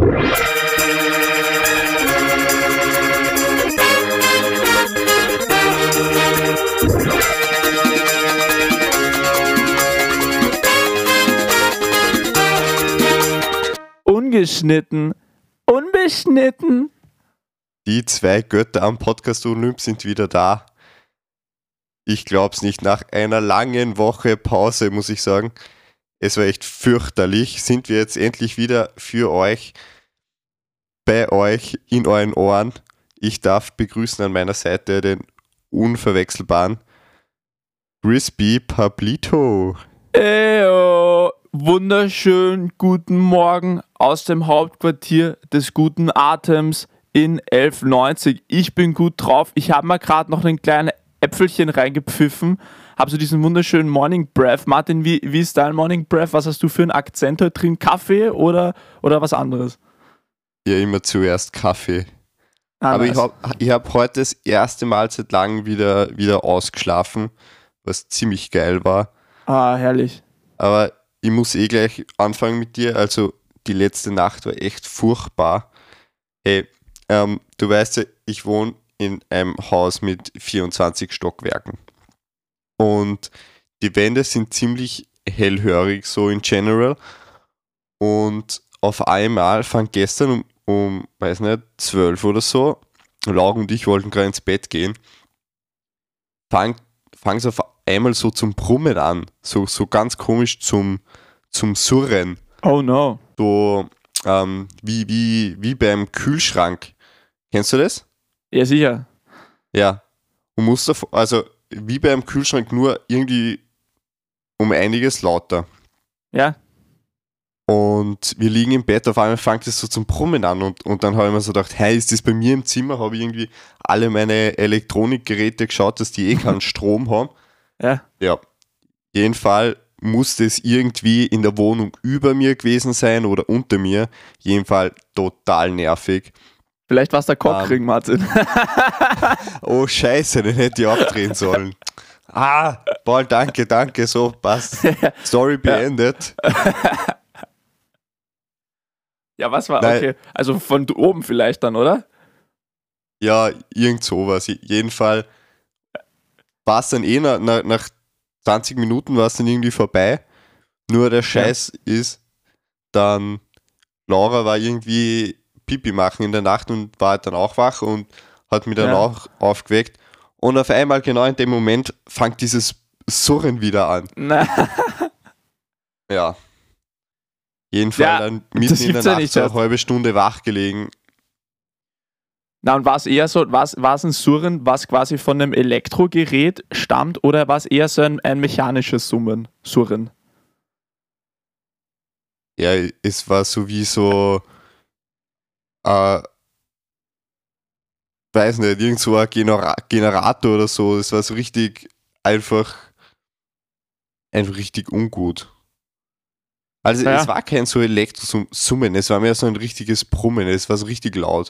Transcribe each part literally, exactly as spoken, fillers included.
Ungeschnitten, unbeschnitten. Die zwei Götter am Podcast Olymp sind wieder da. Ich glaub's nicht, nach einer langen Woche Pause, muss ich sagen. Es war echt fürchterlich. Sind wir jetzt endlich wieder für euch, bei euch, in euren Ohren. Ich darf begrüßen an meiner Seite den unverwechselbaren Crispy Pablito. Eyo, wunderschönen guten Morgen aus dem Hauptquartier des guten Atems in elf neunzig. Ich bin gut drauf. Ich habe mal gerade noch ein kleines Äpfelchen reingepfiffen. Habe so diesen wunderschönen Morning Breath. Martin, wie, wie ist dein Morning Breath? Was hast du für einen Akzent heute drin? Kaffee oder, oder was anderes? Ja, immer zuerst Kaffee. Ah, Aber nice. ich habe ich hab heute das erste Mal seit langem wieder, wieder ausgeschlafen, was ziemlich geil war. Ah, herrlich. Aber ich muss eh gleich anfangen mit dir. Also die letzte Nacht war echt furchtbar. Hey, ähm, du weißt ja, ich wohne in einem Haus mit vierundzwanzig Stockwerken. Und die Wände sind ziemlich hellhörig, so in general. Und auf einmal fand gestern um, um, weiß nicht, zwölf oder so, Laura und ich wollten gerade ins Bett gehen, fang, fang es auf einmal so zum Brummen an. So, so ganz komisch zum, zum Surren. Oh no. So ähm, wie, wie, wie beim Kühlschrank. Kennst du das? Ja, sicher. Ja. Und musst davor, also wie beim Kühlschrank, nur irgendwie um einiges lauter. Ja. Und wir liegen im Bett, auf einmal fängt es so zum Brummen an und, und dann habe ich mir so gedacht, hey, ist das bei mir im Zimmer? Habe ich irgendwie alle meine Elektronikgeräte geschaut, dass die eh keinen Strom haben. Ja. Ja. Jedenfalls musste es irgendwie in der Wohnung über mir gewesen sein oder unter mir. Jedenfalls total nervig. Vielleicht war es der Cockring, um, Martin. Oh Scheiße, den hätte ich abdrehen sollen. Ah, Paul, danke, danke, so, passt. Story beendet. Ja, was war, Nein. okay, also von oben vielleicht dann, oder? Ja, irgend sowas. Jedenfalls war es dann eh nach, nach zwanzig Minuten war es dann irgendwie vorbei. Nur der Scheiß ja. ist, dann Laura war irgendwie Pipi machen in der Nacht und war halt dann auch wach und hat mich dann ja. auch aufgeweckt. Und auf einmal, genau in dem Moment, fängt dieses Surren wieder an. Ja. Jedenfalls ja, dann mitten in der Nacht ja so eine halbe Stunde wach gelegen. Na, und war es eher so, war es ein Surren, was quasi von einem Elektrogerät stammt, oder war es eher so ein, ein mechanisches Summen, Surren? Ja, es war so wie so Äh, weiß nicht, irgend so ein Genera- Generator oder so. Es war so richtig einfach einfach richtig ungut. Also ja. Es war kein so Elektrosummen, es war mehr so ein richtiges Brummen, es war so richtig laut.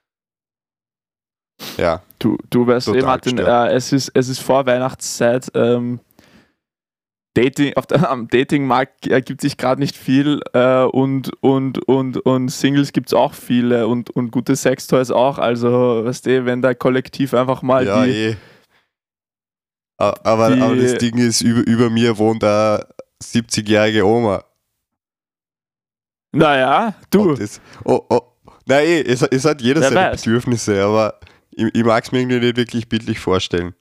Ja. Du, du weißt eh, Martin, äh, es, ist, es ist vor Weihnachtszeit, ähm, Dating, auf der, am Datingmarkt ergibt sich gerade nicht viel äh, und, und, und, und Singles gibt es auch viele und, und gute Sextoys auch. Also, weißt du, wenn da kollektiv einfach mal ja, die, eh. Aber, die... aber das Ding ist, über, über mir wohnt eine siebzigjährige Oma. Naja, du. Das, oh, oh. Nein, eh, es, es hat jeder Wer seine weiß. Bedürfnisse, aber ich, ich mag es mir irgendwie nicht wirklich bildlich vorstellen.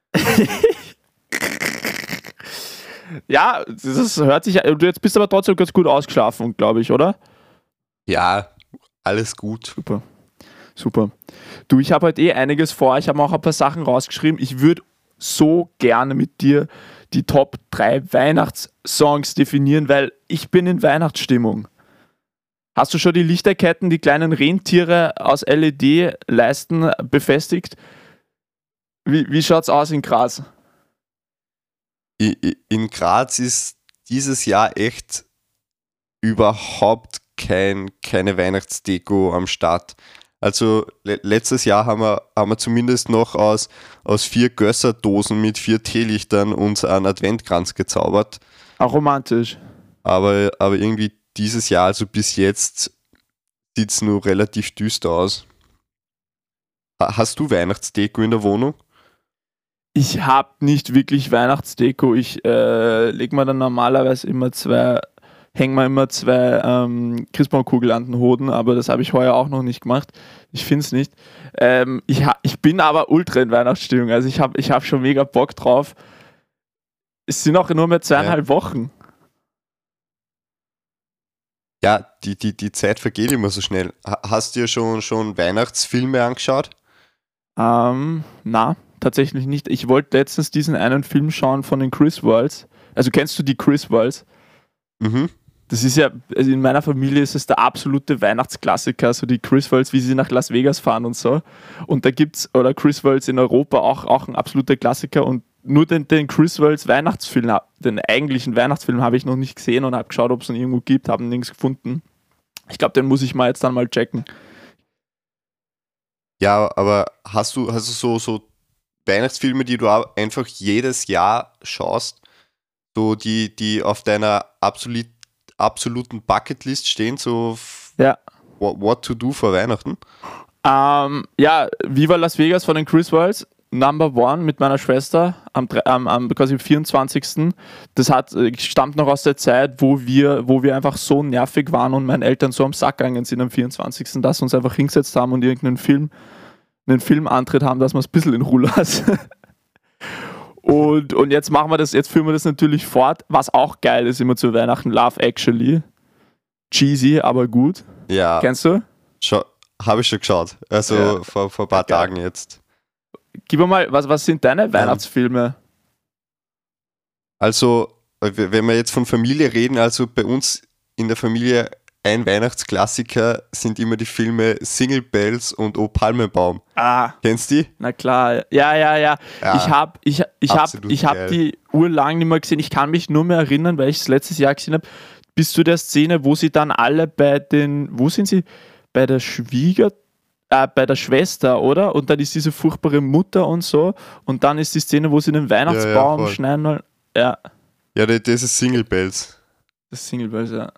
Ja, das hört sich. Du jetzt bist aber trotzdem ganz gut ausgeschlafen, glaube ich, oder? Ja, alles gut. Super. Super. Du, ich habe heute eh einiges vor. Ich habe auch ein paar Sachen rausgeschrieben. Ich würde so gerne mit dir die Top drei Weihnachtssongs definieren, weil ich bin in Weihnachtsstimmung. Hast du schon die Lichterketten, die kleinen Rentiere aus L E D-Leisten befestigt? Wie, wie schaut es aus in Graz? In Graz ist dieses Jahr echt überhaupt kein, keine Weihnachtsdeko am Start. Also le- letztes Jahr haben wir, haben wir zumindest noch aus, aus vier Gösserdosen mit vier Teelichtern uns einen Adventkranz gezaubert. Auch romantisch. Aber, aber irgendwie dieses Jahr, also bis jetzt, sieht es nur relativ düster aus. Ha- Hast du Weihnachtsdeko in der Wohnung? Ich habe nicht wirklich Weihnachtsdeko. Ich äh, lege mir dann normalerweise immer zwei, hänge mir immer zwei ähm, Christbaumkugeln an den Hoden, aber das habe ich heuer auch noch nicht gemacht. Ich finde es nicht. Ähm, ich, ha- ich bin aber ultra in Weihnachtsstimmung. Also ich habe ich hab schon mega Bock drauf. Es sind auch nur mehr zweieinhalb Wochen. Ja, die, die, die Zeit vergeht immer so schnell. Ha- Hast du dir schon, schon Weihnachtsfilme angeschaut? Ähm, na, tatsächlich nicht. Ich wollte letztens diesen einen Film schauen von den Chris Walls. Also kennst du die Chris Walls? Mhm. Das ist ja, also in meiner Familie ist es der absolute Weihnachtsklassiker, so die Chris Walls, wie sie nach Las Vegas fahren und so. Und da gibt's, oder Chris Walls in Europa auch, auch ein absoluter Klassiker. Und nur den, den Chris Walls Weihnachtsfilm, den eigentlichen Weihnachtsfilm habe ich noch nicht gesehen und habe geschaut, ob es ihn irgendwo gibt, habe nirgends gefunden. Ich glaube, den muss ich mal jetzt dann mal checken. Ja, aber hast du, hast du so, so Weihnachtsfilme, die du auch einfach jedes Jahr schaust, so die, die auf deiner absolut, absoluten Bucketlist stehen, so f- Ja. what, what to do vor Weihnachten? Ähm, ja, Viva Las Vegas von den Chris Walls, Number One mit meiner Schwester am, dre- am, am quasi am vierundzwanzigsten. Das hat, äh, stammt noch aus der Zeit, wo wir, wo wir einfach so nervig waren und meinen Eltern so am Sack gegangen sind am vierundzwanzigsten, dass sie uns einfach hingesetzt haben und irgendeinen Film, einen Filmantritt haben, dass wir es ein bisschen in Ruhe lassen. Und, und jetzt machen wir das, jetzt führen wir das natürlich fort, was auch geil ist immer zu Weihnachten, Love Actually. Cheesy, aber gut. Ja, Kennst du? habe ich schon geschaut. Also Ja. vor, vor ein paar Geil. Tagen jetzt. Gib mir mal, was, was sind deine Weihnachtsfilme? Also, w- wenn wir jetzt von Familie reden, also bei uns in der Familie ein Weihnachtsklassiker sind immer die Filme Single Bells und O Palmenbaum. Ah, Kennst du die? na klar. Ja, ja, ja. Ja, ich habe ich, ich hab, absolut ich hab geil. die urlang nicht mehr gesehen. Ich kann mich nur mehr erinnern, weil ich es letztes Jahr gesehen habe, bis zu der Szene, wo sie dann alle bei den, wo sind sie? Bei der Schwieger, äh, bei der Schwester, oder? Und dann ist diese furchtbare Mutter und so. Und dann ist die Szene, wo sie den Weihnachtsbaum voll. schneiden wollen. Ja, Ja, das das ist Single Bells. das Single Bells, ja.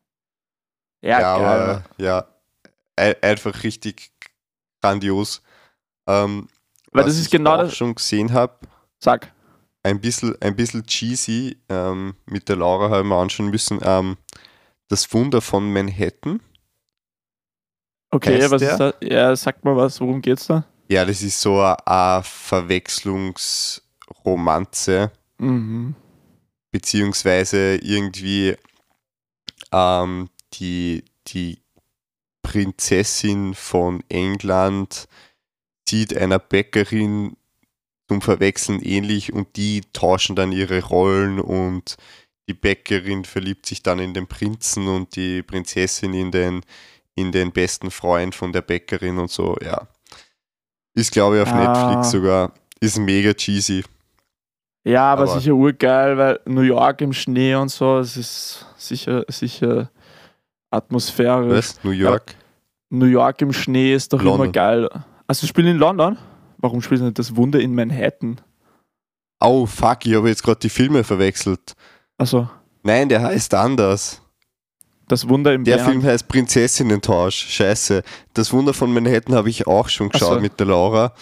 Ja, Ja, geil. aber ja, ein- einfach richtig grandios. Ähm, Weil was das ist ich genau auch das. schon gesehen habe, Sag. ein bisschen, ein bisschen cheesy, ähm, mit der Laura haben wir anschauen müssen, ähm, das Wunder von Manhattan. Okay, Heißt was der? ist da? Ja, sag mal was, worum geht's da? Ja, das ist so eine, eine Verwechslungsromanze, Mhm. beziehungsweise irgendwie ähm, die, die Prinzessin von England sieht einer Bäckerin zum Verwechseln ähnlich und die tauschen dann ihre Rollen und die Bäckerin verliebt sich dann in den Prinzen und die Prinzessin in den, in den besten Freund von der Bäckerin und so, ja. Ist, glaube ich, auf Ah. Netflix sogar. Ist mega cheesy. Ja, aber, Aber- sicher urgeil, weil New York im Schnee und so, es ist sicher, sicher atmosphärisch. Was? New York? New York im Schnee ist doch London. immer geil. Also spielen in London? Warum spielen sie nicht das Wunder in Manhattan? Oh, fuck, ich habe jetzt gerade die Filme verwechselt. Also, Nein, der heißt anders. das Wunder im Der Bernd. Film heißt Prinzessinnentausch. Scheiße. Das Wunder von Manhattan habe ich auch schon Ach geschaut so. mit der Laura.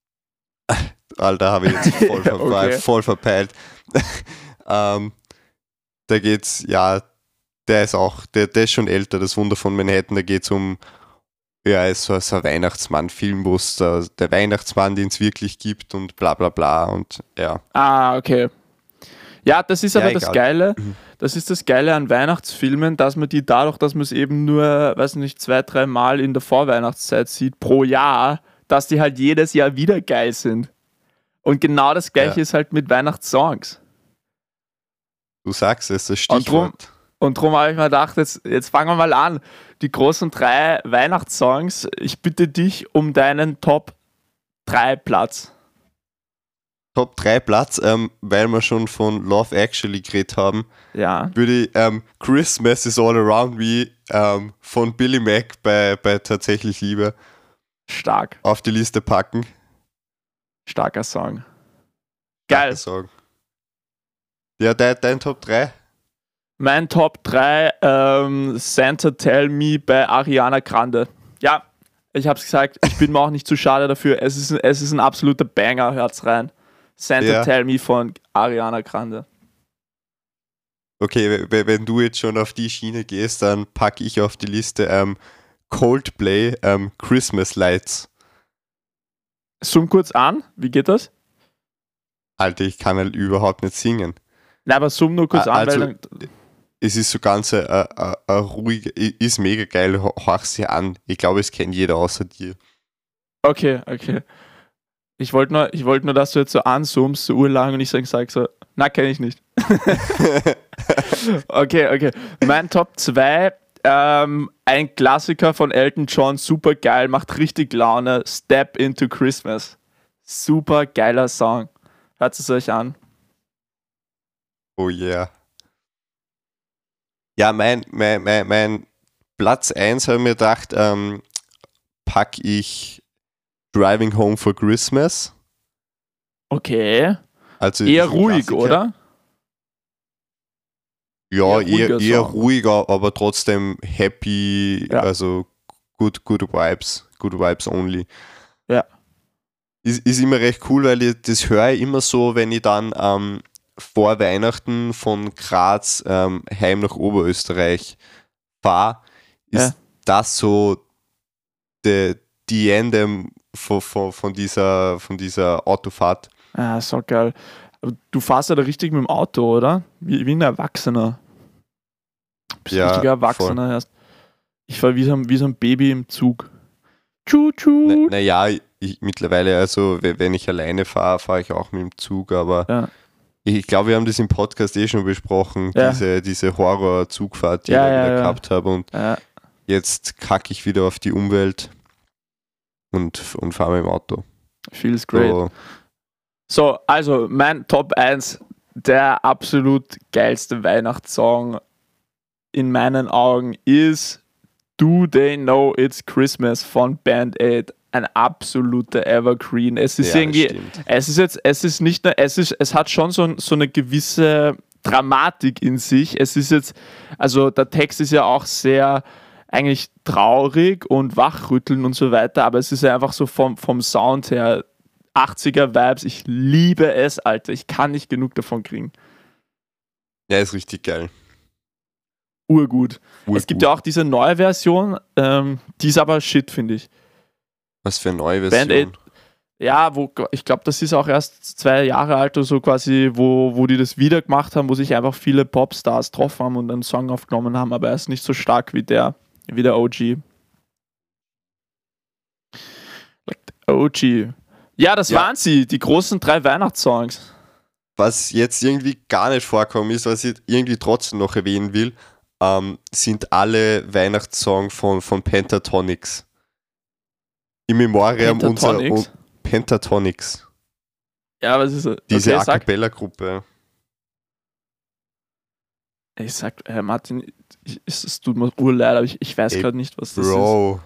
Alter, habe ich jetzt voll, ver Okay. voll verpeilt. ähm, da geht's, ja, der ist auch, der, der ist schon älter, das Wunder von Manhattan, da geht es um, ja, ist so, so ein Weihnachtsmann-Film, wo es der, der Weihnachtsmann, den es wirklich gibt und bla bla bla und ja. Ah, okay. Ja, das ist Ja, aber das egal. Geile. Das ist das Geile an Weihnachtsfilmen, dass man die dadurch, dass man es eben nur, weiß nicht, zwei, drei Mal in der Vorweihnachtszeit sieht pro Jahr, dass die halt jedes Jahr wieder geil sind. Und genau das Gleiche Ja. ist halt mit Weihnachtssongs. Du sagst es, das Und drum- Stichwort. Und darum habe ich mir gedacht, jetzt, jetzt fangen wir mal an. Die großen drei Weihnachtssongs. Ich bitte dich um deinen Top drei Platz. Top drei Platz, ähm, weil wir schon von Love Actually geredet haben, Ja. würde ich ähm, Christmas is All Around Me ähm, von Billy Mac bei, bei Tatsächlich Liebe Stark. auf die Liste packen. Starker Song. Geil. Song. Ja, dein, dein Top drei? Mein Top drei, ähm, Santa Tell Me bei Ariana Grande. Ja, ich hab's gesagt, ich bin mir auch nicht zu schade dafür. Es ist, es ist ein absoluter Banger, hört's rein. Santa Ja. Tell Me von Ariana Grande. Okay, w- wenn du jetzt schon auf die Schiene gehst, dann packe ich auf die Liste ähm, Coldplay ähm, Christmas Lights. Zoom kurz an, wie geht das? Alter, ich kann halt überhaupt nicht singen. Na, aber zoom nur kurz Ah, an, also- weil dann, Es ist so ganz äh, äh, äh, ruhig, i- ist mega geil, ho- horch sie an. Ich glaube, es kennt jeder außer dir. okay, okay. Ich wollte nur, ich wollte nur, dass du jetzt so anzoomst, so urlang und ich sag, sag so, na, kenne ich nicht. Okay, okay. Mein Top zwei, ähm, ein Klassiker von Elton John, super geil, macht richtig Laune, Step into Christmas. Super geiler Song. Hört es euch an. Oh yeah. Ja, mein, mein, mein, mein Platz eins habe ich mir gedacht, ähm, pack ich Driving Home for Christmas. Okay. Also Eher ist ein ruhig, Klassiker. oder? Ja, Eher eher, ruhiger eher Song. ruhiger, aber trotzdem happy, Ja. also good, good vibes, good vibes only. Ja. Ist, ist immer recht cool, weil ich, das höre ich immer so, wenn ich dann ähm, vor Weihnachten von Graz ähm, heim nach Oberösterreich fahre, ist Ja. das so die, die Ende von, von, von, dieser, von dieser Autofahrt. Ah, so geil. Aber du fährst ja da richtig mit dem Auto, oder? Wie, wie ein Erwachsener. Bist Ja, richtiger Erwachsener erst. Ich fahre wie, so ein- wie so ein Baby im Zug. Tschu, tschu. Naja, ich, mittlerweile, also we- wenn ich alleine fahre, fahre ich auch mit dem Zug, aber Ja. ich glaube, wir haben das im Podcast eh schon besprochen, Ja. diese, diese Horror-Zugfahrt, die Ja, ich ja, wieder ja. gehabt habe, und Ja. jetzt kacke ich wieder auf die Umwelt und, und fahre mit dem Auto. Feels great. So, So, also mein Top eins, der absolut geilste Weihnachtssong in meinen Augen ist Do They Know It's Christmas von Band Aid. Ein absoluter Evergreen. Es ist ja, irgendwie, stimmt. es ist jetzt, es ist nicht nur, es ist, es hat schon so, so eine gewisse Dramatik in sich. Es ist jetzt, also der Text ist ja auch sehr eigentlich traurig und wachrütteln und so weiter, aber es ist ja einfach so vom, vom Sound her achtziger Vibes. Ich liebe es, Alter. Ich kann nicht genug davon kriegen. Ja, ist richtig geil. Urgut. Es gibt Urgut. ja auch diese neue Version, ähm, die ist aber shit, finde ich. Was für eine neue Band Version. Aid. Ja, wo, ich glaube, das ist auch erst zwei Jahre alt oder so quasi, wo, wo die das wieder gemacht haben, wo sich einfach viele Popstars getroffen haben und einen Song aufgenommen haben, aber er ist nicht so stark wie der, wie der O G. Like the O G. Ja, das Ja. waren sie, die großen drei Weihnachtssongs. Was jetzt irgendwie gar nicht vorkommen ist, was ich irgendwie trotzdem noch erwähnen will, ähm, sind alle Weihnachtssongs von, von Pentatonix. Im Memoriam unserer Pentatonix? un- Pentatonix. Ja, was ist das? Diese Okay, A sag. Cappella-Gruppe. Ich sag, äh, Martin, ich, es, es tut mir urleid, aber ich, ich weiß Ey, gerade nicht, was das ist. Bro,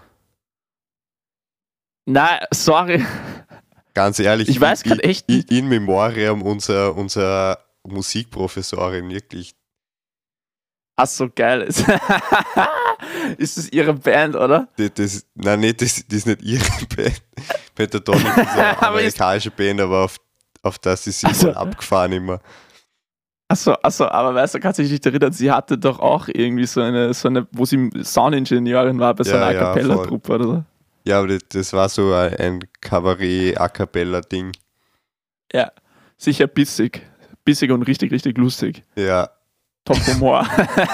Nein, sorry. ganz ehrlich, Ich weiß in- grad echt in, nicht. in Memoriam unserer, unserer Musikprofessorin, wirklich. Ach so, geil. Ist, ist das ihre Band, oder? Das, das, nein, nicht, das, das ist nicht ihre Band. Pentatonix ist eine Aber ist- amerikanische Band, aber auf, auf das ist sie Also- wohl abgefahren immer. Achso, achso, aber weißt du, kannst du dich nicht erinnern, sie hatte doch auch irgendwie so eine, so eine wo sie Soundingenieurin war bei so Ja, einer ja, A Cappella-Truppe oder so. Ja, aber das, das war so ein, ein Kabarett-A-Cappella-Ding. Ja, sicher bissig. Bissig und richtig, richtig lustig. Ja. Top Humor.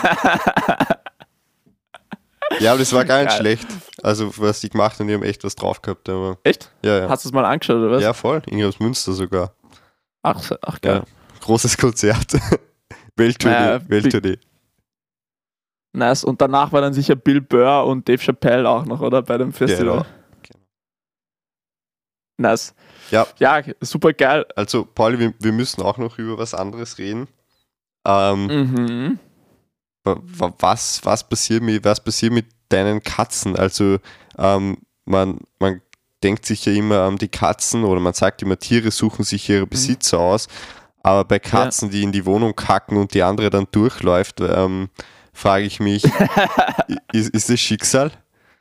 Ja, aber das war gar nicht Geil. schlecht. Also, was die gemacht haben, die haben echt was drauf gehabt. Aber, Echt? ja, ja. Hast du es mal angeschaut, oder was? Ja, voll. Irgendwie aus Münster sogar. Ach, so- ach geil. Großes Konzert. Welttournee. Naja, Welttournee. Nice. Und danach war dann sicher Bill Burr und Dave Chappelle auch noch, oder? Bei dem Festival. Genau. Nice. Ja. Ja, super geil. Also, Pauli, wir, wir müssen auch noch über was anderes reden. Ähm, Mhm. wa- wa- was, was, passiert mit, was passiert mit deinen Katzen? Also, ähm, man, man denkt sich ja immer an die Katzen oder man sagt immer, Tiere suchen sich ihre Besitzer aus. Aber bei Katzen, ja. die in die Wohnung kacken und die andere dann durchläuft, ähm, frage ich mich, ist, ist das Schicksal?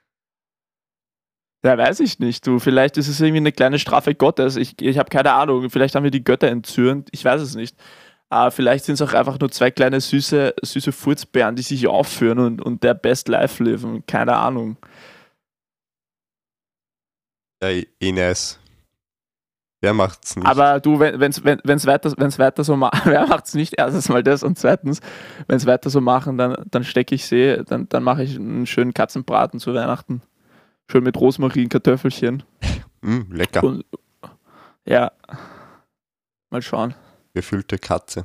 Ja, weiß ich nicht, du. Vielleicht ist es irgendwie eine kleine Strafe Gottes. Ich, ich habe keine Ahnung. Vielleicht haben wir die Götter entzürnt. Ich weiß es nicht. Aber vielleicht sind es auch einfach nur zwei kleine süße, süße Furzbären, die sich aufführen und, und der Best Life leben. Keine Ahnung. Ja, eh nice. Wer macht's nicht? Aber du, wenn es wenn, weiter, wenn's weiter so macht, wer macht's nicht? Erstens mal das und zweitens, wenn es weiter so machen, dann, dann stecke ich sie, dann, dann mache ich einen schönen Katzenbraten zu Weihnachten. Schön mit Rosmarin, Kartoffelchen. Mm, lecker. Und, ja. Mal schauen. Gefüllte Katze.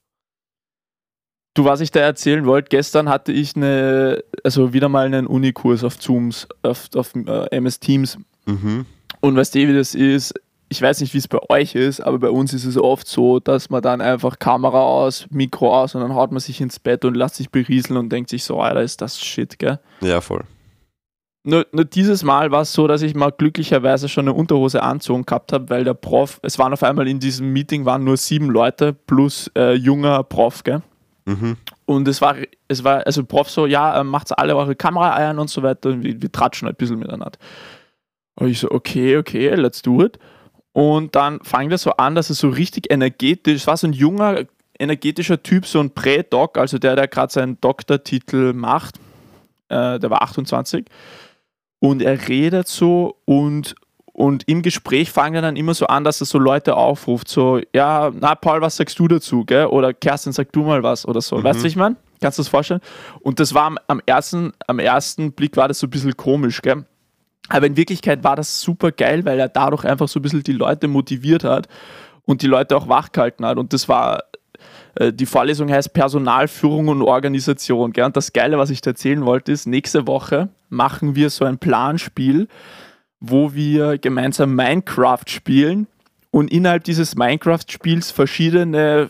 Du, was ich da erzählen wollte, gestern hatte ich eine, also wieder mal einen Unikurs auf Zooms, auf, auf uh, M S Teams. Mhm. Und weißt du, wie das ist? Ich weiß nicht, wie es bei euch ist, aber bei uns ist es oft so, dass man dann einfach Kamera aus, Mikro aus und dann haut man sich ins Bett und lässt sich berieseln und denkt sich so, Alter, ist das Shit, gell? Ja, voll. Nur, nur dieses Mal war es so, dass ich mal glücklicherweise schon eine Unterhose anzogen gehabt habe, weil der Prof, es waren auf einmal in diesem Meeting waren nur sieben Leute plus äh, junger Prof, gell? Mhm. Und es war, es war, also Prof so, ja, macht alle eure Kamera ein und so weiter und wir, wir tratschen halt ein bisschen miteinander. Und ich so, okay, okay, let's do it. Und dann fangen wir so an, dass es so richtig energetisch, es war so ein junger, energetischer Typ, so ein Prä-Doc, also der, der gerade seinen Doktortitel macht, äh, der war achtundzwanzig. Und er redet so und, und im Gespräch fangen dann immer so an, dass er so Leute aufruft, so, ja, na Paul, was sagst du dazu, gell? Oder Kerstin, sag du mal was oder so. Mhm. Weißt du, was ich meine? Kannst du das vorstellen? Und das war am, am, ersten, am ersten Blick war das so ein bisschen komisch, gell? Aber in Wirklichkeit war das super geil, weil er dadurch einfach so ein bisschen die Leute motiviert hat und die Leute auch wachgehalten hat. Und das war, äh, die Vorlesung heißt Personalführung und Organisation. Gell? Und das Geile, was ich da erzählen wollte, ist, nächste Woche machen wir so ein Planspiel, wo wir gemeinsam Minecraft spielen und innerhalb dieses Minecraft-Spiels verschiedene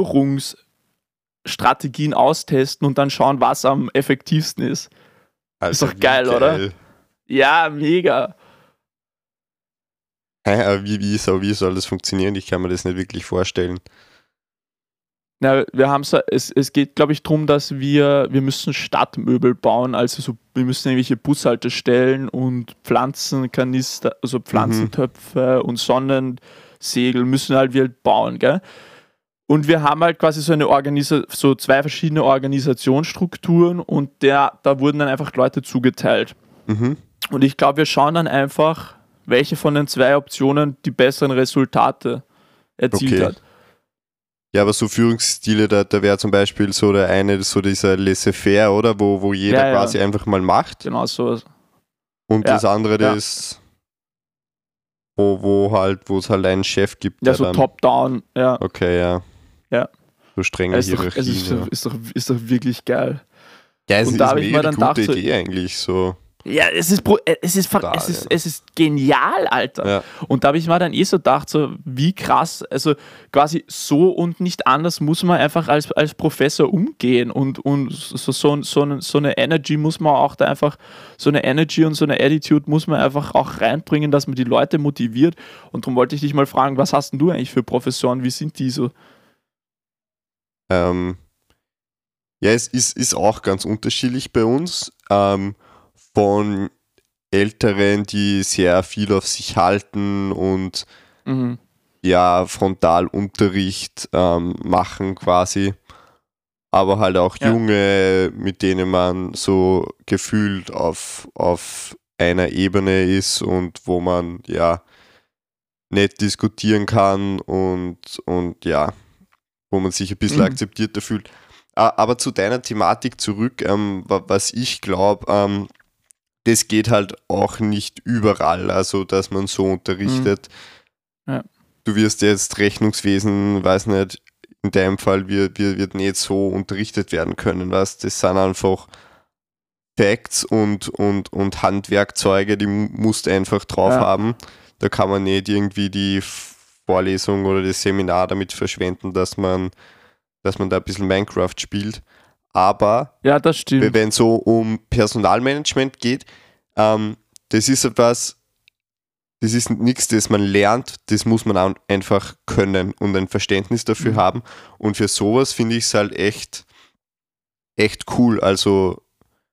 Führungsstrategien austesten und dann schauen, was am effektivsten ist. Also ist doch geil, geil, oder? Ja, mega. Hä, wie, wie, soll, wie soll das funktionieren? Ich kann mir das nicht wirklich vorstellen. Na, wir haben so, es, es geht, glaube ich, darum, dass wir, wir müssen Stadtmöbel bauen, also so, wir müssen irgendwelche Bushaltestellen und Pflanzenkanister, also Pflanzentöpfe mhm. und Sonnensegel müssen halt wir bauen, gell? Und wir haben halt quasi so eine Organisa- so zwei verschiedene Organisationsstrukturen und der, da wurden dann einfach Leute zugeteilt. Mhm. Und ich glaube, wir schauen dann einfach, welche von den zwei Optionen die besseren Resultate erzielt okay. hat. Ja, aber so Führungsstile, da, da wäre zum Beispiel so der eine, so dieser Laissez-faire, oder? Wo, wo jeder ja, ja. quasi einfach mal macht. Genau so. Und ja. das andere, ja. das wo, wo halt, wo es halt einen Chef gibt. Ja, so dann, top-down, ja. Okay, ja. Ja. So strenge ist Hierarchie. Doch, es ist, ja. ist, doch, ist doch wirklich geil. Ja, es und ist da mega ich mir dann eine gute gedacht, Idee eigentlich, so. Ja, es ist, es ist, da, es ist, ja. es ist genial, Alter. Ja. Und da habe ich mir dann eh so gedacht, so wie krass, also quasi so und nicht anders muss man einfach als, als Professor umgehen und, und so, so, so, so eine Energy muss man auch da einfach, so eine Energy und so eine Attitude muss man einfach auch reinbringen, dass man die Leute motiviert. Und darum wollte ich dich mal fragen, was hast denn du eigentlich für Professoren, wie sind die so? Ähm, ja, es ist, ist auch ganz unterschiedlich bei uns. Ähm, von Älteren, die sehr viel auf sich halten und mhm. ja, Frontalunterricht ähm, machen quasi, aber halt auch ja. Junge, mit denen man so gefühlt auf, auf einer Ebene ist und wo man ja nett diskutieren kann und, und ja, wo man sich ein bisschen mhm. akzeptierter fühlt. Aber zu deiner Thematik zurück, ähm, was ich glaube, ähm, das geht halt auch nicht überall, also dass man so unterrichtet. Mhm. Ja. Du wirst jetzt Rechnungswesen, weiß nicht, in deinem Fall wird, wird, wird nicht so unterrichtet werden können, weißt? Das sind einfach Facts und, und, und Handwerkzeuge, die musst du einfach drauf ja. haben. Da kann man nicht irgendwie die Vorlesung oder das Seminar damit verschwenden, dass man, dass man da ein bisschen Minecraft spielt. Aber ja, das stimmt. wenn es so um Personalmanagement geht, ähm, das ist etwas, das ist nichts, das man lernt, das muss man auch einfach können und ein Verständnis dafür Mhm. haben. Und für sowas finde ich es halt echt, echt cool. Also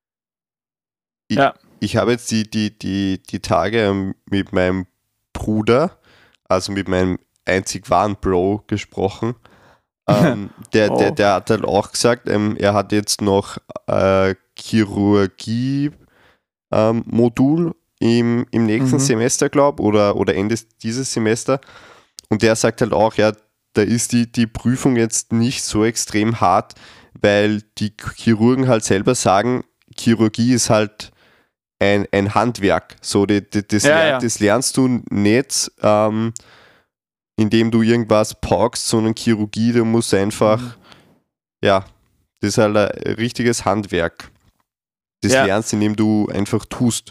ich, Ja. ich habe jetzt die, die, die, die Tage ähm, mit meinem Bruder, also mit meinem einzig wahren Bro gesprochen. Ähm, der, der, Oh. der hat halt auch gesagt, ähm, er hat jetzt noch äh, Chirurgie ähm, Modul im, im nächsten Mhm. Semester, glaube oder, oder Ende dieses Semester. Und der sagt halt auch, ja, da ist die, die Prüfung jetzt nicht so extrem hart, weil die Chirurgen halt selber sagen, Chirurgie ist halt ein, ein Handwerk. So, die, die, das, Ja, lernt, ja. das lernst du nicht, ähm, indem du irgendwas packst, sondern Chirurgie, du musst einfach, Mhm. ja, das ist halt ein richtiges Handwerk. Das Ja, lernst, indem du einfach tust.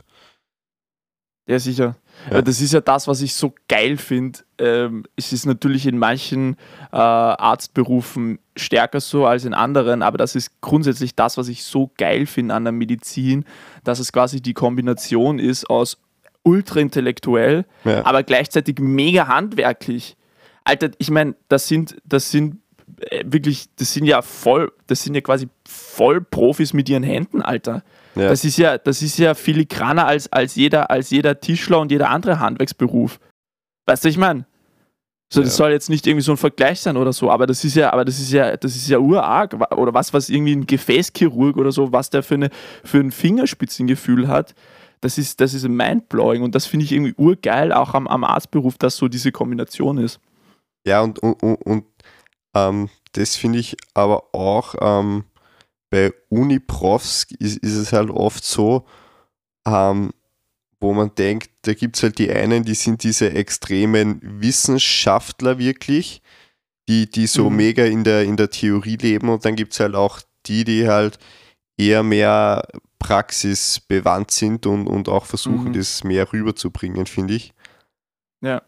ja, sicher. Ja. Äh, Das ist ja das, was ich so geil finde. Ähm, es ist natürlich in manchen äh, Arztberufen stärker so als in anderen, aber das ist grundsätzlich das, was ich so geil finde an der Medizin, dass es quasi die Kombination ist aus ultra intellektuell, Ja. aber gleichzeitig mega handwerklich. Alter, ich meine, das sind, das sind äh, wirklich, das sind ja voll, das sind ja quasi voll Profis mit ihren Händen, Alter. Ja. Das ist ja, das ist ja filigraner als, als, jeder, als jeder Tischler und jeder andere Handwerksberuf. Weißt du, ich meine? So, das Ja. soll jetzt nicht irgendwie so ein Vergleich sein oder so, aber das ist ja, aber das ist ja, das ist ja urarg. Oder was, was irgendwie ein Gefäßchirurg oder so, was der für, eine, für ein Fingerspitzengefühl hat, das ist, das ist mindblowing und das finde ich irgendwie urgeil, auch am, am Arztberuf, dass so diese Kombination ist. Ja, und, und, und, und ähm, das finde ich aber auch ähm, bei Uni-Profs ist, ist es halt oft so, ähm, wo man denkt, da gibt es halt die einen, die sind diese extremen Wissenschaftler wirklich, die, die so Mhm. mega in der, in der Theorie leben und dann gibt es halt auch die, die halt eher mehr praxisbewandt sind und, und auch versuchen, Mhm. das mehr rüberzubringen, finde ich. Ja.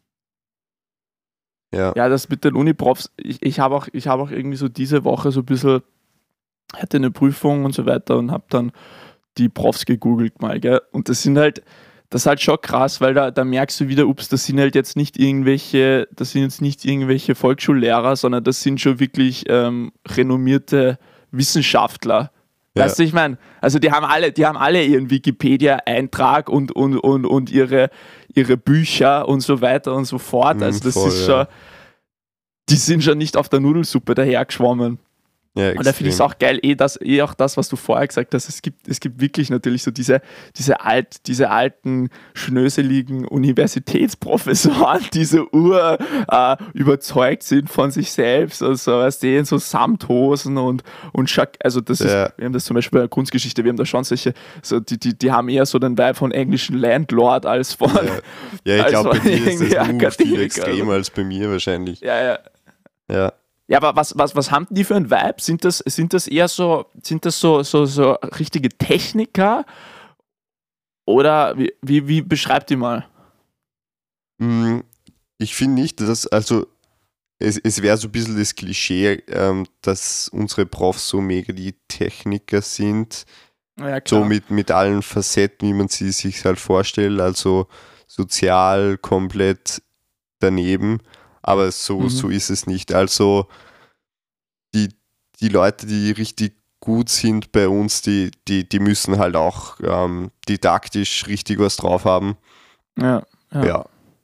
Ja. Ja, das mit den Uni-Profs, ich, ich habe auch, ich hab auch irgendwie so diese Woche so ein bisschen, hatte eine Prüfung und so weiter und habe dann die Profs gegoogelt mal, gell? Und das sind halt, das ist halt schon krass, weil da, da merkst du wieder, ups, das sind halt jetzt nicht irgendwelche, das sind jetzt nicht irgendwelche Volksschullehrer, sondern das sind schon wirklich ähm, renommierte Wissenschaftler. Ja. Weißt du, ich meine, also die haben alle, die haben alle ihren Wikipedia-Eintrag und, und, und, und ihre, ihre Bücher und so weiter und so fort. Also das voll, ist ja. schon, die sind schon nicht auf der Nudelsuppe dahergeschwommen. Ja, Und da finde ich es extrem. auch geil, eh, das, eh auch das, was du vorher gesagt hast. Es gibt, es gibt wirklich natürlich so diese, diese, alt, diese alten, schnöseligen Universitätsprofessoren, die so ur äh, überzeugt sind von sich selbst. Also, weißt du, in so Samthosen und, und Schack. Also, das ist, Ja. wir haben das zum Beispiel bei der Kunstgeschichte, wir haben da schon solche, so, die, die, die haben eher so den Vibe von englischen Landlord als von. Ja, ja ich als glaube, bei von dir ist irgendwie das Move viel Akademiker. extremer als bei mir wahrscheinlich. Ja, ja. Ja. Ja, aber was, was, was haben die für ein Vibe? Sind das, sind das eher so, sind das so, so, so richtige Techniker? Oder wie, wie, wie beschreibt die mal? Mm, Ich finde nicht, dass, also es, es wäre so ein bisschen das Klischee, ähm, dass unsere Profs so mega die Techniker sind, Ja, so klar. mit, mit allen Facetten, wie man sie sich halt vorstellt, also sozial komplett daneben, aber so, Mhm. so ist es nicht. Also die, die Leute, die richtig gut sind bei uns, die, die, die müssen halt auch ähm, didaktisch richtig was drauf haben. Ja, ja. Ja.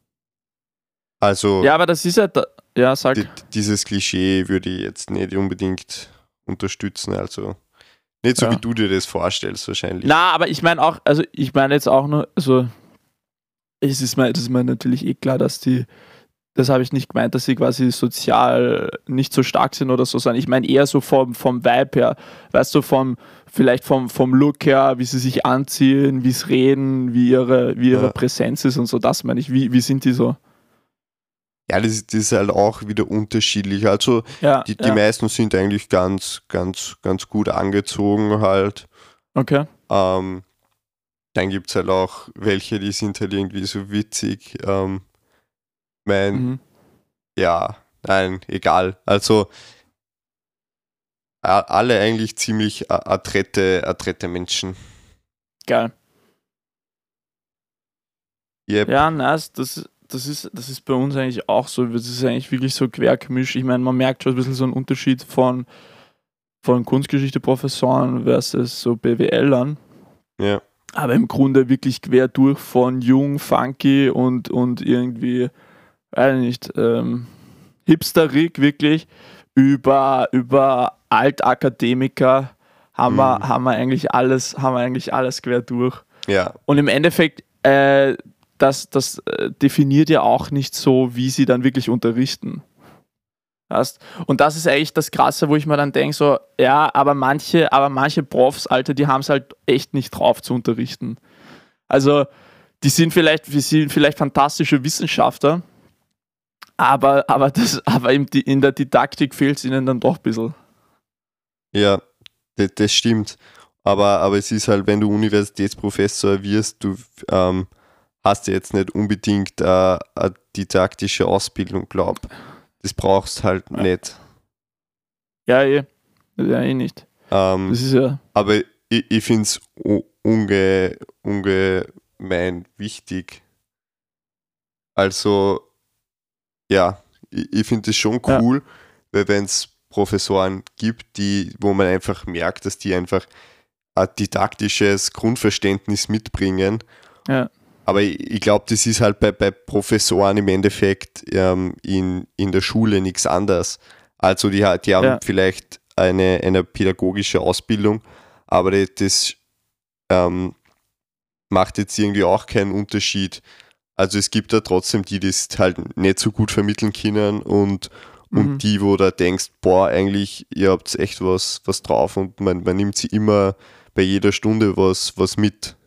Also Ja, aber das ist ja, da, ja, sag. di- dieses Klischee würde ich jetzt nicht unbedingt unterstützen. Also nicht so, Ja. wie du dir das vorstellst, wahrscheinlich. Na, aber ich meine auch, also ich meine jetzt auch nur, also es ist mir, das ist mir natürlich eh klar, dass die, das habe ich nicht gemeint, dass sie quasi sozial nicht so stark sind oder so, sondern ich meine eher so vom, vom Vibe her, weißt du, vom, vielleicht vom, vom Look her, wie sie sich anziehen, wie sie reden, wie ihre, wie ihre Ja. Präsenz ist und so, das meine ich, wie, wie sind die so? Ja, das, ist- das ist halt auch wieder unterschiedlich. Also Ja, die, die ja. meisten sind eigentlich ganz, ganz, ganz gut angezogen halt. Okay. Ähm, dann gibt es halt auch welche, die sind halt irgendwie so witzig. Ähm, mein, Mhm. ja, nein, egal. Also a- alle eigentlich ziemlich a- adrette, adrette Menschen. Geil. Yep. Ja, nice. Das, das, ist, das ist bei uns eigentlich auch so. Das ist eigentlich wirklich so quer gemischt. Ich meine, man merkt schon ein bisschen so einen Unterschied von, von Kunstgeschichte-Professoren versus so B W Lern. Ja. Aber im Grunde wirklich quer durch von jung, funky und, und irgendwie, weiß nicht, ähm, hipsterig wirklich, über, über Altakademiker haben, Mhm. wir, haben, wir eigentlich alles, haben wir eigentlich alles quer durch. Ja. Und im Endeffekt, äh, das, das äh, definiert ja auch nicht so, wie sie dann wirklich unterrichten. Weißt? Und das ist eigentlich das Krasse, wo ich mir dann denke, so, ja, aber manche, aber manche Profs, Alter, die haben es halt echt nicht drauf zu unterrichten. Also, die sind vielleicht, die sind vielleicht fantastische Wissenschaftler, aber, aber, das, aber in, in der Didaktik fehlt es ihnen dann doch ein bisschen. Ja, das, das stimmt. Aber, aber es ist halt, wenn du Universitätsprofessor wirst, du ähm, hast ja jetzt nicht unbedingt äh, eine didaktische Ausbildung, glaub. Das brauchst halt Ja. nicht. Ja, eh. Ja, eh nicht. Ähm, Das ist ja. aber ich, ich finde es unge, ungemein wichtig. Also, ja, ich, ich finde es schon cool, ja. Weil wenn es Professoren gibt, die, wo man einfach merkt, dass die einfach ein didaktisches Grundverständnis mitbringen. Ja. Aber ich, ich glaube, das ist halt bei, bei Professoren im Endeffekt ähm, in, in der Schule nichts anderes. Also die, die haben Ja. vielleicht eine, eine pädagogische Ausbildung, aber das, das ähm, macht jetzt irgendwie auch keinen Unterschied. Also es gibt da trotzdem die, die es halt nicht so gut vermitteln können und, Mhm. und die, wo du denkst, boah, eigentlich, ihr habt echt was, was drauf und man, man nimmt sie immer bei jeder Stunde was, was mit.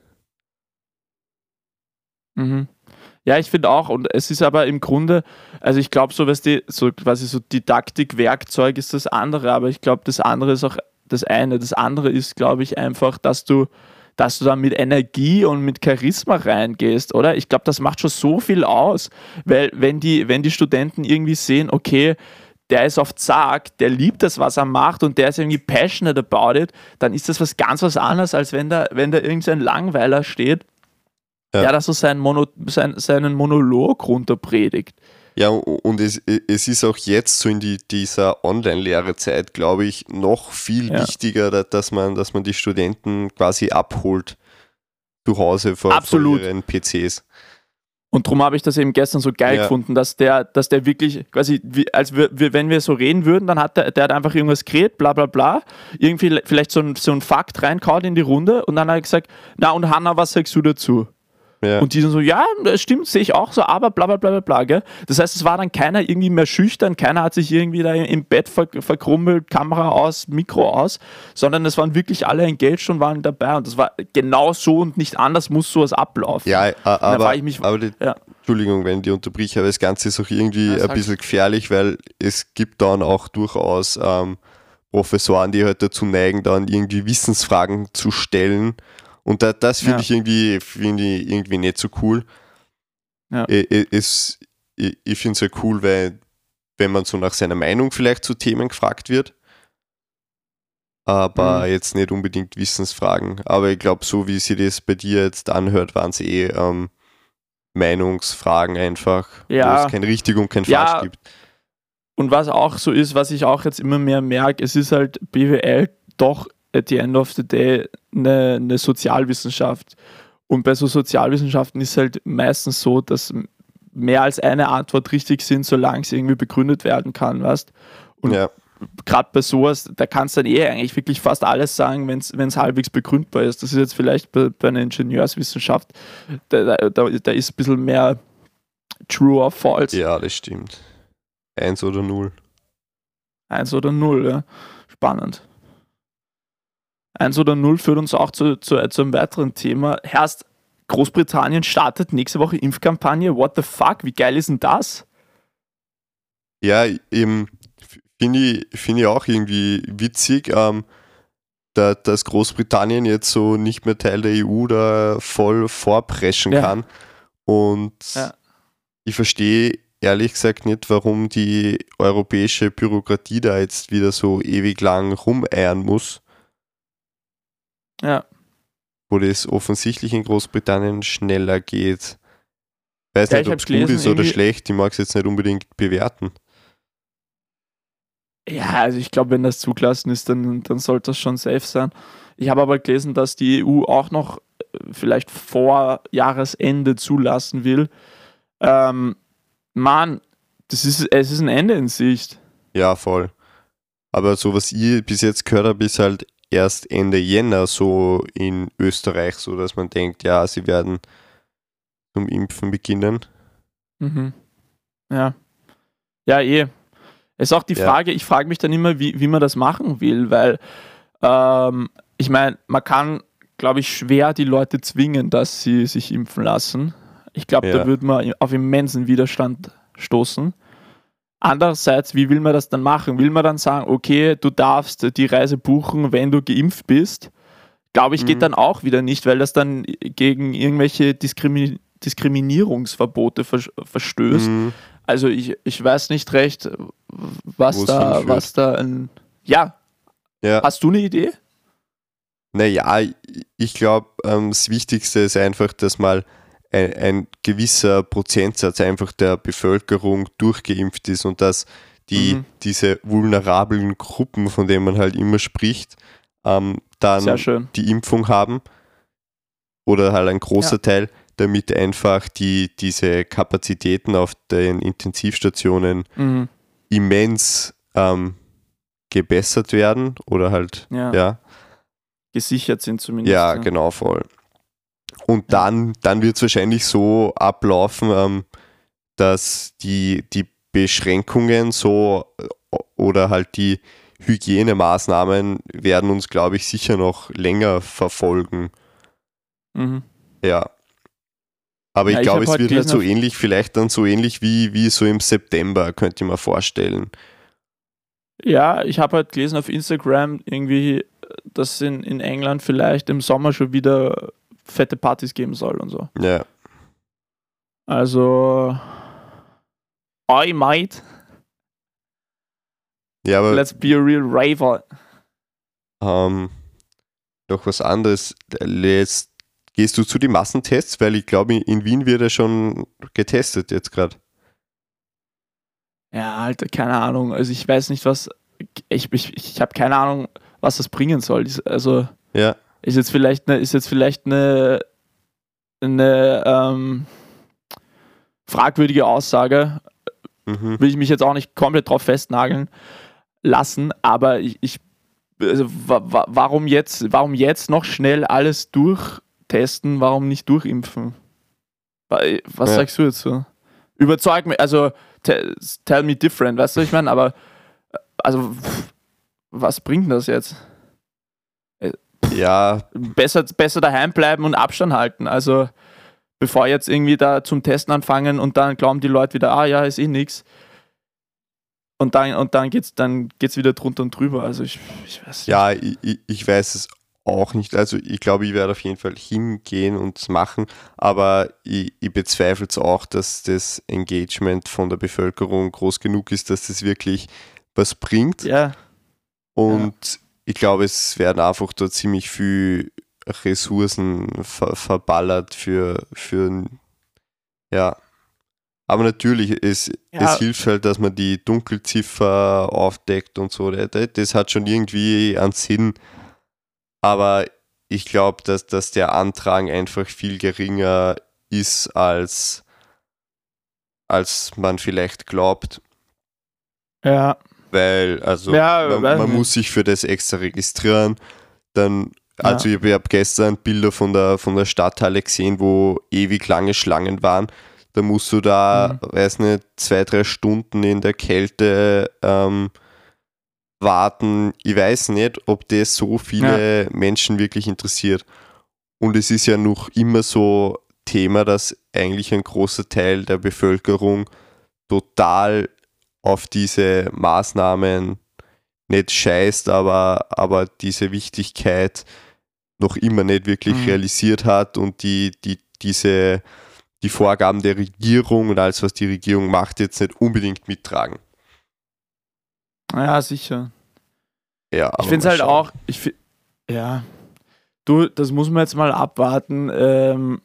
Mhm. Ja, ich finde auch, und es ist aber im Grunde, also ich glaube, so, weißt du, so quasi so Didaktik-Werkzeug ist das andere, aber ich glaube, das andere ist auch das eine. Das andere ist, glaube ich, einfach, dass du, dass du da mit Energie und mit Charisma reingehst, oder? Ich glaube, das macht schon so viel aus, weil wenn die, wenn die Studenten irgendwie sehen, okay, der ist auf Zack, der liebt das, was er macht und der ist irgendwie passionate about it, dann ist das was ganz was anderes, als wenn da, wenn da irgendein Langweiler steht, Ja. der da so seinen, Mono, sein, seinen Monolog runterpredigt. Ja, und es, es ist auch jetzt so in die, dieser Online-Lehrezeit, glaube ich, noch viel Ja. wichtiger, dass man, dass man die Studenten quasi abholt zu Hause vor, vor Absolut. ihren P Cs. Und darum habe ich das eben gestern so geil Ja. gefunden, dass der, dass der wirklich, quasi, wie, als wir, wir, wenn wir so reden würden, dann hat der, der hat einfach irgendwas geredet, bla bla bla, irgendwie vielleicht so ein, so ein Fakt reinkaut in die Runde und dann hat er gesagt, na und Hanna, was sagst du dazu? Ja. Und die sind so, ja, das stimmt, sehe ich auch so, aber bla bla bla bla bla, gell? Das heißt, es war dann keiner irgendwie mehr schüchtern, keiner hat sich irgendwie da im Bett ver verkrummelt, Kamera aus, Mikro aus, sondern es waren wirklich alle engaged und waren dabei und das war genau so und nicht anders muss sowas ablaufen. Ja, aber, frage ich mich- aber die, ja. Entschuldigung, wenn ich die unterbrich, aber das Ganze ist auch irgendwie Ja, ein sag's. bisschen gefährlich, weil es gibt dann auch durchaus ähm, Professoren, die halt dazu neigen, dann irgendwie Wissensfragen zu stellen. Und da, das finde Ja. ich irgendwie, finde ich irgendwie nicht so cool. Ja. Ich, ich- es, ich, ich finde es ja cool, weil wenn man so nach seiner Meinung vielleicht zu Themen gefragt wird, aber Mhm. jetzt nicht unbedingt Wissensfragen. Aber ich glaube, so wie sie das bei dir jetzt anhört, waren es eh ähm, Meinungsfragen einfach, Ja. wo es kein richtig und kein Ja. falsch gibt. Und was auch so ist, was ich auch jetzt immer mehr merke, es ist halt B W L doch at the end of the day eine, eine Sozialwissenschaft. Und bei so Sozialwissenschaften ist halt meistens so, dass mehr als eine Antwort richtig sind, solange es irgendwie begründet werden kann, weißt? Und Ja, gerade bei sowas, da kannst du dann eh eigentlich wirklich fast alles sagen, wenn es halbwegs begründbar ist. Das ist jetzt vielleicht bei, bei einer Ingenieurswissenschaft, da, da, da, da ist ein bisschen mehr true or false. ja, das stimmt. Eins oder null. Eins oder null, ja. Spannend. Eins oder null führt uns auch zu, zu, zu einem weiteren Thema. Herrst, Großbritannien startet nächste Woche Impfkampagne. What the fuck? Wie geil ist denn das? Ja, eben finde ich, find ich auch irgendwie witzig, ähm, da, dass Großbritannien jetzt so nicht mehr Teil der E U da voll vorpreschen Ja. kann. Und Ja. ich verstehe ehrlich gesagt nicht, warum die europäische Bürokratie da jetzt wieder so ewig lang rumeiern muss, Ja. wo das offensichtlich in Großbritannien schneller geht. weiß Ja, nicht, ich ob es habe gut gelesen, ist oder irgendwie, schlecht, ich mag es jetzt nicht unbedingt bewerten. ja, also ich glaube, wenn das zugelassen ist, dann, dann sollte das schon safe sein. Ich habe aber gelesen, dass die E U auch noch äh, vielleicht vor Jahresende zulassen will. Ähm, Mann, das ist, es ist ein Ende in Sicht. Ja, voll. Aber so was ich bis jetzt gehört habe, ist halt erst Ende Jänner so in Österreich, so dass man denkt, ja, sie werden zum Impfen beginnen. Mhm. Ja, ja, eh. Ist auch die Ja, Frage, ich frage mich dann immer, wie, wie man das machen will, weil ähm, ich meine, man kann, glaube ich, schwer die Leute zwingen, dass sie sich impfen lassen. Ich glaube, da ja. würde man auf immensen Widerstand stoßen. Andererseits, wie will man das dann machen? Will man dann sagen, okay, du darfst die Reise buchen, wenn du geimpft bist? Glaube ich, geht Mhm. dann auch wieder nicht, weil das dann gegen irgendwelche Diskrimi Diskriminierungsverbote vers verstößt. Mhm. Also ich, ich weiß nicht recht, Wo was es da, hinführt. was da ein. Ja, Ja, hast du eine Idee? naja, ich glaube, ähm, das Wichtigste ist einfach, dass mal ein, ein gewisser Prozentsatz einfach der Bevölkerung durchgeimpft ist und dass die, Mhm. diese vulnerablen Gruppen, von denen man halt immer spricht, ähm, Sehr dann schön. die Impfung haben oder halt ein großer Ja. Teil, damit einfach die, diese Kapazitäten auf den Intensivstationen Mhm. immens ähm, gebessert werden oder halt, Ja. ja, Gesichert sind zumindest. ja, Ja. genau, voll. Und Ja. dann, dann wird es wahrscheinlich so ablaufen, ähm, dass die, die Beschränkungen so äh, oder halt die Hygienemaßnahmen werden uns, glaube ich, sicher noch länger verfolgen. Mhm. Ja. Aber ich Ja, ich glaube, habe es heute wird halt gelesen so auf. ähnlich, vielleicht dann so ähnlich wie, wie so im September, könnte ich mir vorstellen. Ja, ich habe halt gelesen auf Instagram irgendwie, dass in, in England vielleicht im Sommer schon wieder fette Partys geben soll und so. Ja. Also, I might. Ja, aber Let's be a real raver. ähm, noch was anderes. Jetzt gehst du zu den Massentests, weil ich glaube, in Wien wird er schon getestet jetzt gerade. Ja, Alter, keine Ahnung. Also ich weiß nicht, was. Ich, ich, ich habe keine Ahnung, was das bringen soll. Dies- Also Ja. ist jetzt vielleicht eine, ist jetzt vielleicht eine, eine ähm, fragwürdige Aussage. Mhm. Will ich mich jetzt auch nicht komplett drauf festnageln lassen, aber ich, ich also, wa, wa, warum jetzt, warum jetzt noch schnell alles durchtesten, warum nicht durchimpfen? Wa- Was Ja. sagst du dazu? Überzeug mich, also te- tell me different, weißt du, was ich meine, aber also pff, was bringt das jetzt? Ja, Besser, besser daheim bleiben und Abstand halten. Also bevor jetzt irgendwie da zum Testen anfangen und dann glauben die Leute wieder, ah ja, ist eh nix. Und dann, und dann geht's dann geht's wieder drunter und drüber. Also ich, ich weiß nicht. ja, ich, ich- ich weiß es auch nicht. Also ich glaube, ich werde auf jeden Fall hingehen und es machen, aber ich, ich bezweifle es auch, dass das Engagement von der Bevölkerung groß genug ist, dass das wirklich was bringt. Ja, Und ich glaube, es werden einfach dort ziemlich viel Ressourcen ver verballert für, für ja. Aber natürlich, es, ja, es hilft halt, dass man die Dunkelziffer aufdeckt und so. Das, das hat schon irgendwie einen Sinn. Aber ich glaube, dass, dass der Andrang einfach viel geringer ist, als, als man vielleicht glaubt. ja, Weil, also, ja, man, weiß man nicht. muss sich für das extra registrieren. Dann, also, Ja. ich habe gestern Bilder von der, von der Stadthalle gesehen, wo ewig lange Schlangen waren. Da musst du da, Mhm. weiß nicht, zwei, drei Stunden in der Kälte ähm, warten. Ich weiß nicht, ob das so viele Menschen wirklich interessiert. Und es ist ja noch immer so Thema, dass eigentlich ein großer Teil der Bevölkerung total auf diese Maßnahmen nicht scheißt, aber, aber diese Wichtigkeit noch immer nicht wirklich Mhm. realisiert hat und die, die, diese, die Vorgaben der Regierung und alles, was die Regierung macht, jetzt nicht unbedingt mittragen. Ja, sicher. Ja, Ich aber finde es mal halt schauen. auch, ich fi- ja, du, das muss man jetzt mal abwarten. Ähm,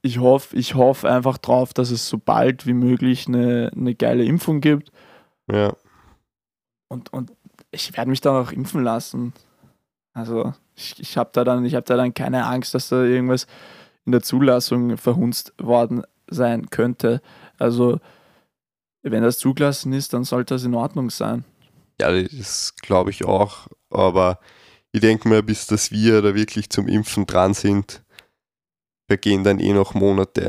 ich hoffe ich hoff einfach drauf, dass es so bald wie möglich eine, eine geile Impfung gibt. Ja. Und, und ich werde mich dann auch impfen lassen. Also ich, ich habe da, dann, ich hab da dann keine Angst, dass da irgendwas in der Zulassung verhunzt worden sein könnte. Also wenn das zugelassen ist, dann sollte das in Ordnung sein. Ja, das glaube ich auch. Aber ich denke mal, bis dass wir da wirklich zum Impfen dran sind, vergehen dann eh noch Monate.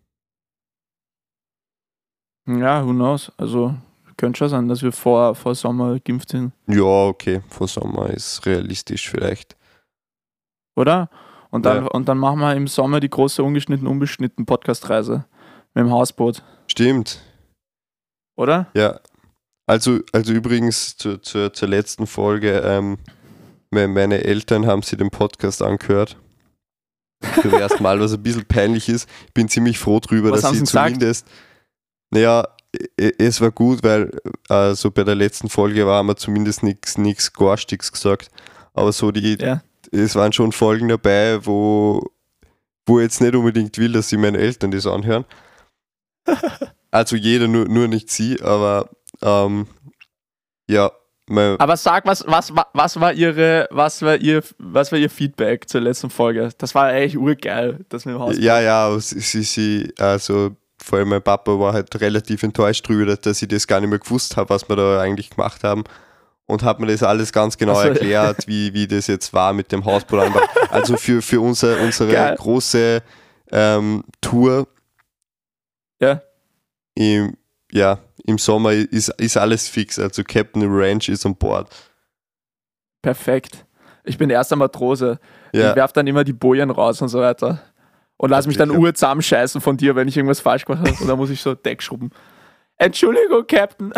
Ja, who knows? Also könnte schon sein, dass wir vor, vor Sommer geimpft sind. Ja, okay, vor Sommer ist realistisch vielleicht. Oder? Und dann, Ja. und dann machen wir im Sommer die große ungeschnitten, unbeschnitten Podcast-Reise mit dem Hausboot. Stimmt. Oder? Ja. Also, also übrigens zu, zu, zur letzten Folge, ähm, meine Eltern haben sich den Podcast angehört. Zum ersten Mal, was ein bisschen peinlich ist. Ich bin ziemlich froh drüber, Was dass haben sie sie gesagt? zumindest. Naja, es war gut, weil also bei der letzten Folge war haben wir zumindest nichts nichts Garstiges gesagt. Aber so die, Ja. es waren schon Folgen dabei, wo, wo ich jetzt nicht unbedingt will, dass sie meine Eltern das anhören. Also jeder, nur, nur nicht sie, aber ähm, ja, mein, Aber sag, was, was, wa- was war ihre, was war ihr, was war ihr Feedback zur letzten Folge? Das war echt urgeil, das mit dem Hausboot. ja, ja, aber sie, sie, sie, also vor allem mein Papa war halt relativ enttäuscht drüber, dass ich das gar nicht mehr gewusst habe, was wir da eigentlich gemacht haben. Und hat mir das alles ganz genau Ach so. erklärt, wie, wie das jetzt war mit dem Hausbauanbau. Also für, für unser, unsere Geil. große ähm, Tour Ja. im, ja, im Sommer ist, ist alles fix. Also Captain Ranch ist an Bord. Perfekt. Ich bin erster Matrose. Ja, Ich werf dann immer die Bojen raus und so weiter. Und lass mich dann Sicher. ur zusammenscheißen von dir, wenn ich irgendwas falsch gemacht habe. Und dann muss ich so Deck schrubben. Entschuldigung, Captain.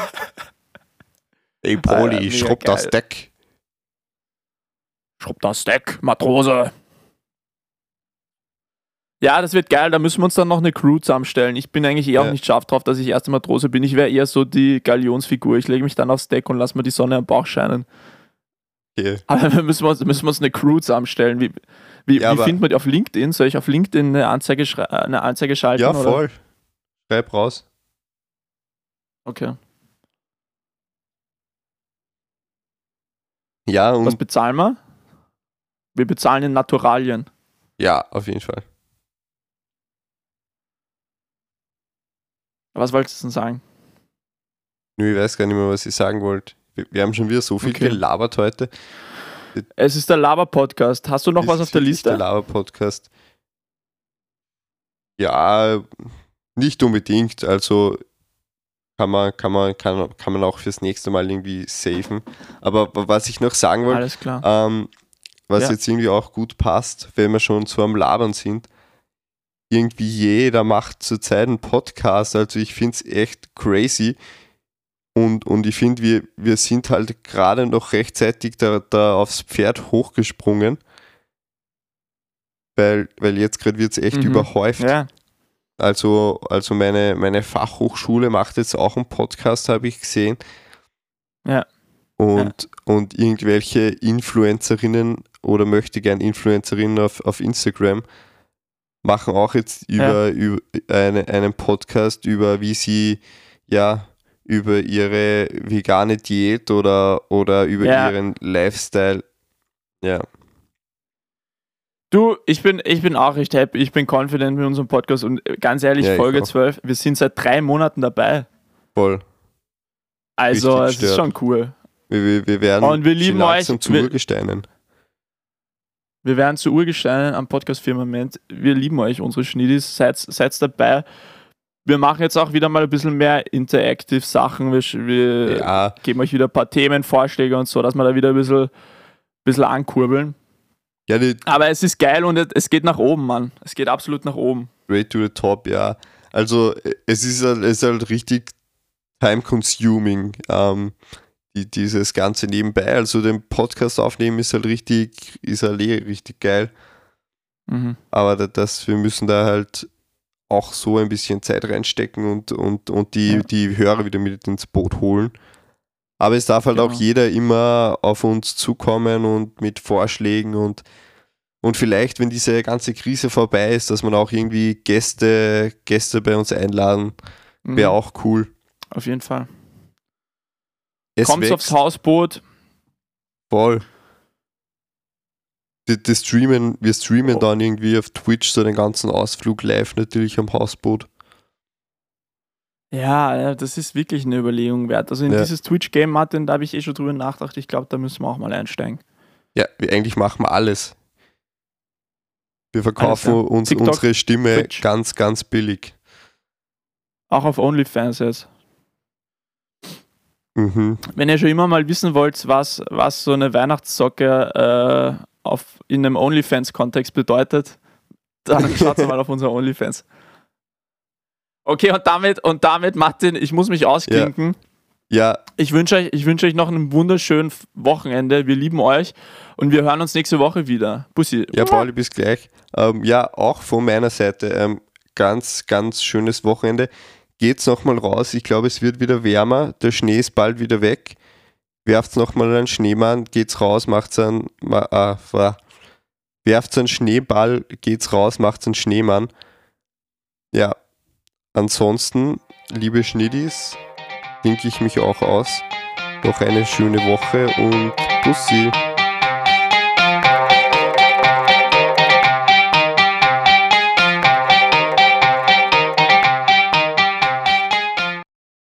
ey Ah, Broli, ja, mega schrubb das geil. Deck. Schrubb das Deck, Matrose. Ja, das wird geil. Da müssen wir uns dann noch eine Crew zusammenstellen. Ich bin eigentlich eh auch Ja. nicht scharf drauf, dass ich erste Matrose bin. Ich wäre eher so die Galionsfigur. Ich lege mich dann aufs Deck und lass mir die Sonne am Bauch scheinen. Okay. Aber dann müssen wir uns, müssen wir uns eine Crew zusammenstellen. Wie, wie, Ja, wie aber- findet man die auf LinkedIn? Soll ich auf LinkedIn eine Anzeige, schrei- äh, eine Anzeige schalten? Ja, oder? voll. Schreib raus. Okay. Ja, Was und bezahlen wir? Wir bezahlen in Naturalien. ja, auf jeden Fall. Was wolltest du denn sagen? Nur ich weiß gar nicht mehr, was ich sagen wollte. Wir, wir haben schon wieder so viel Okay. gelabert heute. Es ist der Laber-Podcast. Hast du noch Das was ist auf der wirklich Der Liste? Laber-Podcast. Ja, nicht unbedingt. Also kann man, kann man, kann, kann man auch fürs nächste Mal irgendwie safen. Aber was ich noch sagen wollte, Alles klar. ähm, was Ja. jetzt irgendwie auch gut passt, wenn wir schon so am Labern sind, irgendwie jeder macht zurzeit einen Podcast. Also ich finde es echt crazy. Und, und ich finde, wir, wir sind halt gerade noch rechtzeitig da, da aufs Pferd hochgesprungen. Weil, weil jetzt gerade wird es echt Mhm. überhäuft. Ja. Also, also meine, meine Fachhochschule macht jetzt auch einen Podcast, habe ich gesehen. Ja. Und, und irgendwelche Influencerinnen oder möchte gern Influencerinnen auf, auf Instagram machen auch jetzt über, über eine, einen Podcast über, wie sie ja über ihre vegane Diät oder, oder über Ja. ihren Lifestyle. Ja. Du, ich bin, ich bin auch recht happy. Ich bin confident mit unserem Podcast und ganz ehrlich, Ja, ich Folge auch. zwölf, wir sind seit drei Monaten dabei. Voll. Also, Richtig es ist stört. schon cool. Wir, wir, wir werden Und wir lieben schon langsam euch. zu Wir- Urgesteinen. Wir werden zu Urgesteinen am Podcast-Firmament. Wir lieben euch, unsere Schniedis. Seid, seid dabei. Wir machen jetzt auch wieder mal ein bisschen mehr interactive Sachen. Wir, sch- wir Ja, geben euch wieder ein paar Themenvorschläge und so, dass wir da wieder ein bisschen, bisschen ankurbeln. ja, die Aber es ist geil und es geht nach oben, Mann. Es geht absolut nach oben. Straight to the top, ja. Also äh, es ist halt, es ist halt richtig time-consuming, ähm, die, dieses Ganze nebenbei. Also den Podcast aufnehmen ist halt richtig, ist halt eh richtig geil. Mhm. Aber da- das, wir müssen da halt auch so ein bisschen Zeit reinstecken und, und, und die, Ja. die Hörer wieder mit ins Boot holen. Aber es darf halt auch Genau. jeder immer auf uns zukommen und mit Vorschlägen und Und vielleicht, wenn diese ganze Krise vorbei ist, dass man auch irgendwie Gäste, Gäste bei uns einladen, wäre Mhm. auch cool. Auf jeden Fall. Es Kommt wächst aufs Hausboot. voll. Die, die streamen, wir streamen Oh. dann irgendwie auf Twitch so den ganzen Ausflug live natürlich am Hausboot. Ja, ja, das ist wirklich eine Überlegung wert. Also in Ja. dieses Twitch-Game, Martin, da habe ich eh schon drüber nachgedacht. Ich glaube, da müssen wir auch mal einsteigen. Ja, wir, eigentlich machen wir alles. Wir verkaufen Alles, ja. uns TikTok, unsere Stimme Twitch. ganz, ganz billig. Auch auf OnlyFans jetzt. Mhm. Wenn ihr schon immer mal wissen wollt, was, was so eine Weihnachtssocke äh, auf, in einem OnlyFans-Kontext bedeutet, dann schaut mal auf unser OnlyFans. Okay, und damit, und damit, Martin, ich muss mich ausklinken. Ja, Ich wünsche euch, ich wünsche euch noch ein wunderschönes Wochenende. Wir lieben euch und wir hören uns nächste Woche wieder. Bussi. ja, Pauli, bis gleich. Ähm, ja, auch von meiner Seite ähm, ganz, ganz schönes Wochenende. Geht's nochmal raus. Ich glaube, es wird wieder wärmer. Der Schnee ist bald wieder weg. Werft's nochmal einen Schneemann, geht's raus, macht's einen, ma, ah, wa- werft's einen Schneeball, geht's raus, macht's einen Schneemann. Ja, ansonsten, liebe Schniddis, klinke ich mich auch aus. Noch eine schöne Woche und Bussi.